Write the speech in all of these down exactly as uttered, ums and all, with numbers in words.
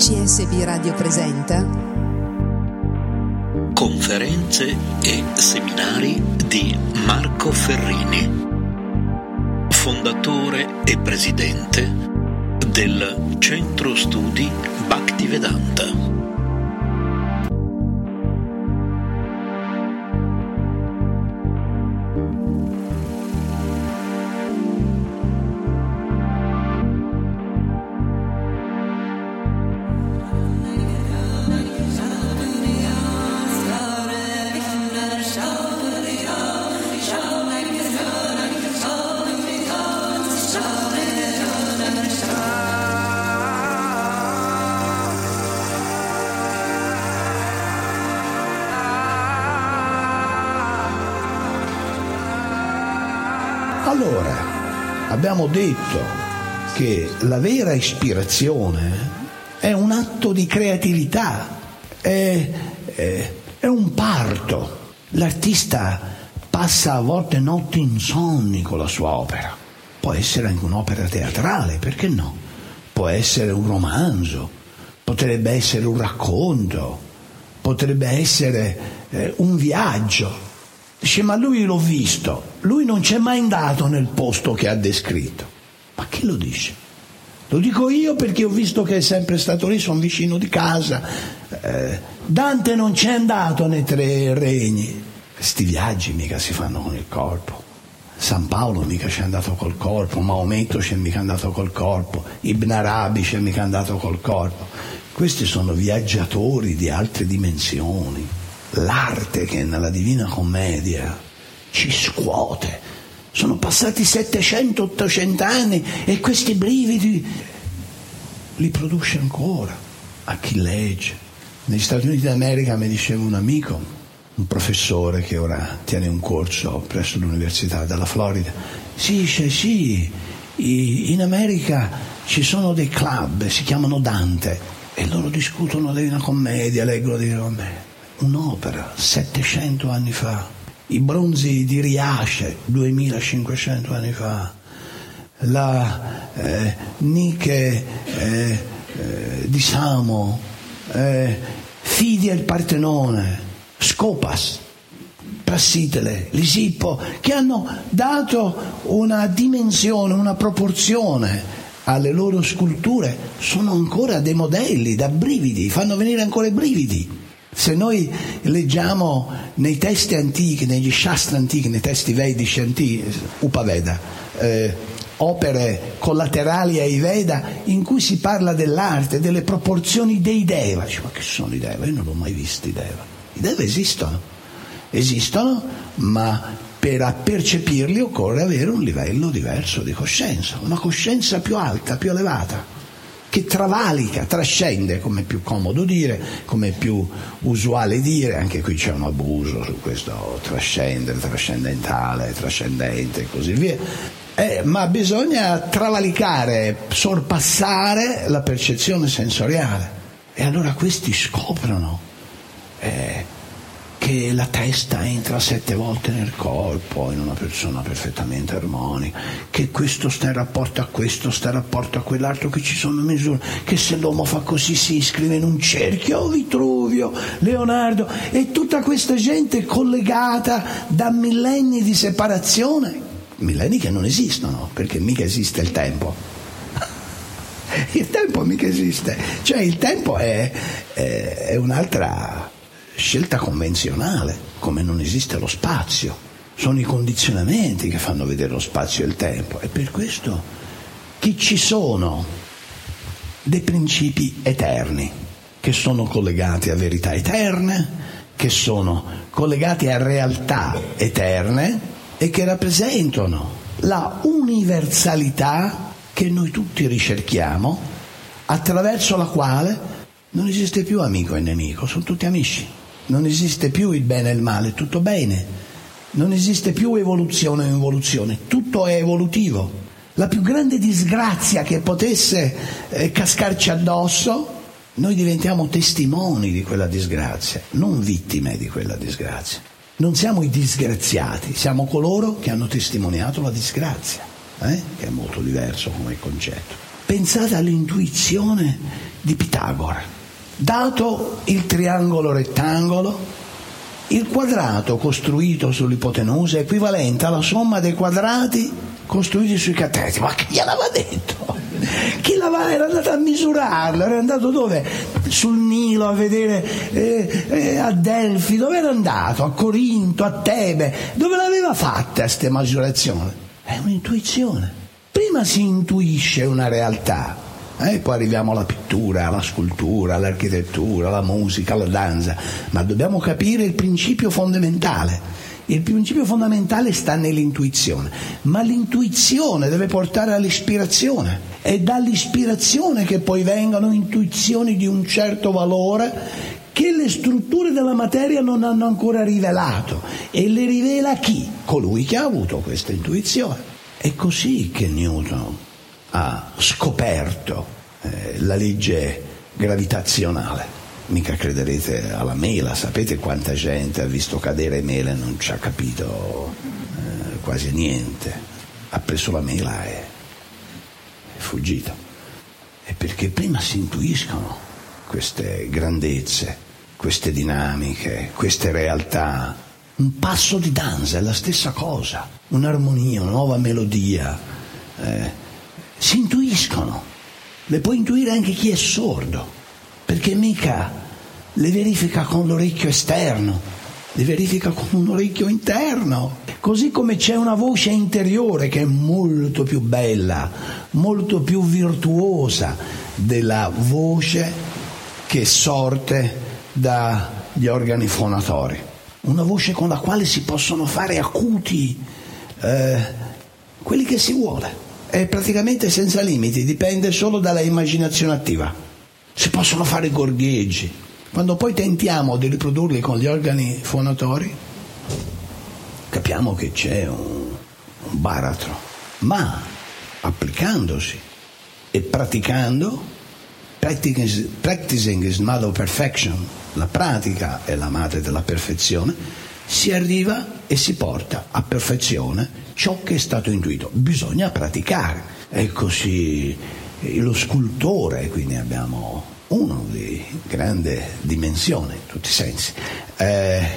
C S B Radio presenta Conferenze e seminari di Marco Ferrini, fondatore e presidente del Centro Studi Bhaktivedanta. Allora, abbiamo detto che la vera ispirazione è un atto di creatività, è, è, è un parto. L'artista passa a volte notti insonni con la sua opera. Può essere anche un'opera teatrale, perché no? Può essere un romanzo, potrebbe essere un racconto, potrebbe essere eh, un viaggio. Dice, ma lui l'ho visto, lui non c'è mai andato nel posto che ha descritto. Ma chi lo dice? Lo dico io perché ho visto che è sempre stato lì, sono vicino di casa. Eh, Dante non c'è andato nei tre regni. Questi viaggi mica si fanno con il corpo. San Paolo mica c'è andato col corpo, Maometto c'è mica andato col corpo, Ibn Arabi c'è mica andato col corpo. Questi sono viaggiatori di altre dimensioni. L'arte che nella Divina Commedia ci scuote. Sono passati settecento ottocento anni e questi brividi li produce ancora a chi legge. Negli Stati Uniti d'America, mi diceva un amico, un professore che ora tiene un corso presso l'Università della Florida, si dice sì, in America ci sono dei club, si chiamano Dante, e loro discutono la Divina Commedia, leggono la Divina Commedia. Un'opera settecento anni fa, i bronzi di Riace duemilacinquecento anni fa, la eh, Nike eh, eh, di Samo, eh, Fidia il Partenone, Scopas, Prassitele, Lisippo, che hanno dato una dimensione, una proporzione alle loro sculture, sono ancora dei modelli da brividi, fanno venire ancora i brividi. Se noi leggiamo nei testi antichi, negli Shastra antichi, nei testi vedici antichi, Upaveda, eh, opere collaterali ai Veda, in cui si parla dell'arte, delle proporzioni dei Deva. Dice, ma che sono i Deva? Io non l'ho mai visto i Deva. I Deva esistono, esistono, ma per percepirli occorre avere un livello diverso di coscienza, una coscienza più alta, più elevata, che travalica, trascende, come è più comodo dire, come è più usuale dire. Anche qui c'è un abuso su questo trascendere, trascendentale, trascendente e così via, eh, ma bisogna travalicare, sorpassare la percezione sensoriale. E allora questi scoprono eh, che la testa entra sette volte nel corpo in una persona perfettamente armonica, che questo sta in rapporto a questo, sta in rapporto a quell'altro, che ci sono misure, che se l'uomo fa così si iscrive in un cerchio, Vitruvio, Leonardo, e tutta questa gente collegata da millenni di separazione, millenni che non esistono, perché mica esiste il tempo. Il tempo mica esiste, cioè il tempo è, è, è un'altra scelta convenzionale, come non esiste lo spazio. Sono i condizionamenti che fanno vedere lo spazio e il tempo, e per questo che ci sono dei principi eterni che sono collegati a verità eterne, che sono collegati a realtà eterne e che rappresentano la universalità che noi tutti ricerchiamo, attraverso la quale non esiste più amico e nemico, sono tutti amici. Non esiste più il bene e il male, tutto bene. Non esiste più evoluzione o involuzione, tutto è evolutivo. La più grande disgrazia che potesse eh, cascarci addosso, noi diventiamo testimoni di quella disgrazia, non vittime di quella disgrazia. Non siamo i disgraziati, siamo coloro che hanno testimoniato la disgrazia, eh? che è molto diverso come concetto. Pensate all'intuizione di Pitagora. Dato il triangolo rettangolo, il quadrato costruito sull'ipotenusa è equivalente alla somma dei quadrati costruiti sui cateti. Ma chi gliel'aveva detto? Chi l'aveva, era andato a misurarlo? Era andato dove? Sul Nilo a vedere eh, eh, a Delfi? Dove era andato? A Corinto, a Tebe? Dove l'aveva fatta queste misurazioni? È un'intuizione. Prima si intuisce una realtà, eh, poi arriviamo alla pittura, alla scultura, all'architettura, alla musica, alla danza, ma dobbiamo capire il principio fondamentale. Il principio fondamentale sta nell'intuizione, ma l'intuizione deve portare all'ispirazione, è dall'ispirazione che poi vengono intuizioni di un certo valore che le strutture della materia non hanno ancora rivelato, e le rivela chi? Colui che ha avuto questa intuizione. È così che Newton ha scoperto eh, la legge gravitazionale. Mica crederete alla mela, sapete quanta gente ha visto cadere mela e non ci ha capito eh, quasi niente, ha preso la mela e è fuggito. È perché prima si intuiscono queste grandezze, queste dinamiche, queste realtà. Un passo di danza è la stessa cosa, un'armonia, una nuova melodia, eh, si intuiscono, le può intuire anche chi è sordo, perché mica le verifica con l'orecchio esterno, le verifica con un orecchio interno. Così come c'è una voce interiore che è molto più bella, molto più virtuosa della voce che sorte dagli organi fonatori. Una voce con la quale si possono fare acuti eh, quelli che si vuole. È praticamente senza limiti, dipende solo dalla immaginazione attiva. Si possono fare gorgheggi. Quando poi tentiamo di riprodurli con gli organi fonatori, capiamo che c'è un, un baratro. Ma applicandosi e praticando, practicing, practicing is mother of perfection, la pratica è la madre della perfezione, si arriva e si porta a perfezione ciò che è stato intuito. Bisogna praticare. È così lo scultore, quindi abbiamo uno di grande dimensione in tutti i sensi, eh,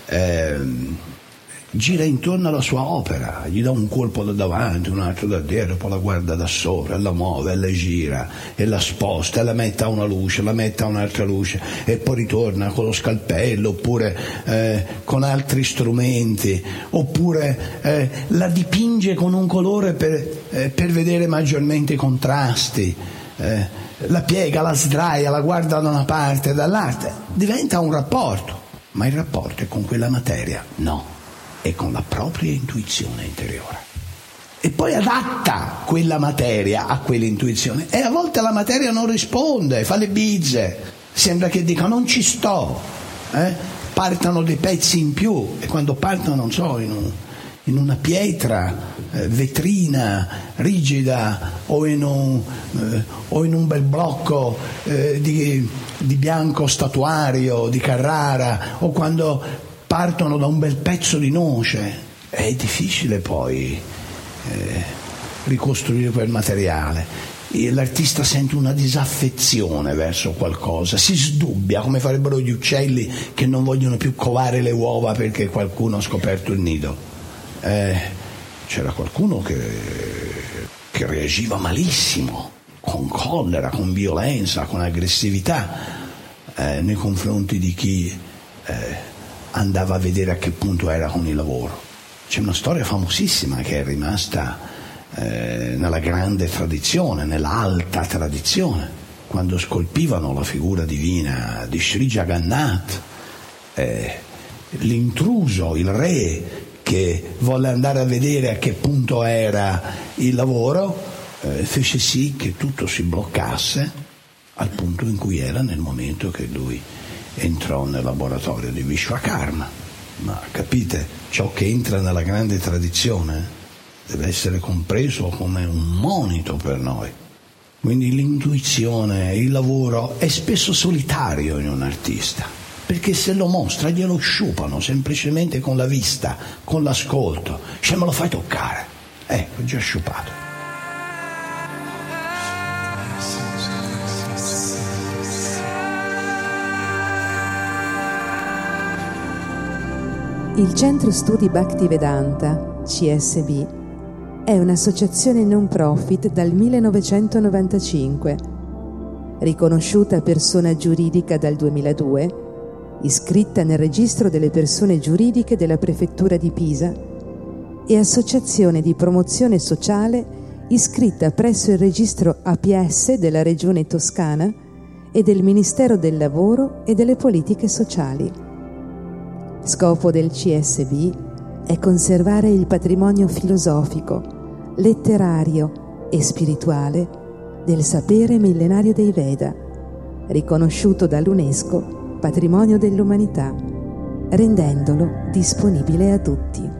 eh, gira intorno alla sua opera, gli dà un colpo da davanti, un altro da dietro, poi la guarda da sopra, la muove, la gira e la sposta, e la mette a una luce, la mette a un'altra luce e poi ritorna con lo scalpello oppure eh, con altri strumenti, oppure eh, la dipinge con un colore per, eh, per vedere maggiormente i contrasti, eh, la piega, la sdraia, la guarda da una parte e dall'altra, diventa un rapporto, ma il rapporto è con quella materia? No. E con la propria intuizione interiore, e poi adatta quella materia a quell'intuizione, e a volte la materia non risponde, fa le bizze, sembra che dica non ci sto, eh? Partano dei pezzi in più, e quando partono, non so, in, un, in una pietra eh, vetrina rigida o in un, eh, o in un bel blocco eh, di, di bianco statuario di Carrara, o quando partono da un bel pezzo di noce, è difficile poi eh, ricostruire quel materiale. E l'artista sente una disaffezione verso qualcosa, si sdubbia, come farebbero gli uccelli che non vogliono più covare le uova perché qualcuno ha scoperto il nido. Eh, c'era qualcuno che, che reagiva malissimo, con collera, con violenza, con aggressività eh, nei confronti di chi eh, andava a vedere a che punto era con il lavoro. C'è una storia famosissima che è rimasta eh, nella grande tradizione, nell'alta tradizione, quando scolpivano la figura divina di Sri Jagannath, eh, l'intruso, il re che volle andare a vedere a che punto era il lavoro, eh, fece sì che tutto si bloccasse al punto in cui era nel momento che lui entrò nel laboratorio di Vishwakarma. Ma capite, ciò che entra nella grande tradizione deve essere compreso come un monito per noi. Quindi l'intuizione, il lavoro è spesso solitario in un artista, perché se lo mostra glielo sciupano semplicemente con la vista, con l'ascolto. Cioè, me lo fai toccare, ecco, già sciupato. Il Centro Studi Bhaktivedanta, C S B, è un'associazione non profit dal millenovecentonovantacinque, riconosciuta persona giuridica dal duemiladue, iscritta nel registro delle persone giuridiche della Prefettura di Pisa e associazione di promozione sociale iscritta presso il registro A P S della Regione Toscana e del Ministero del Lavoro e delle Politiche Sociali. Scopo del C S B è conservare il patrimonio filosofico, letterario e spirituale del sapere millenario dei Veda, riconosciuto dall'UNESCO Patrimonio dell'Umanità, rendendolo disponibile a tutti.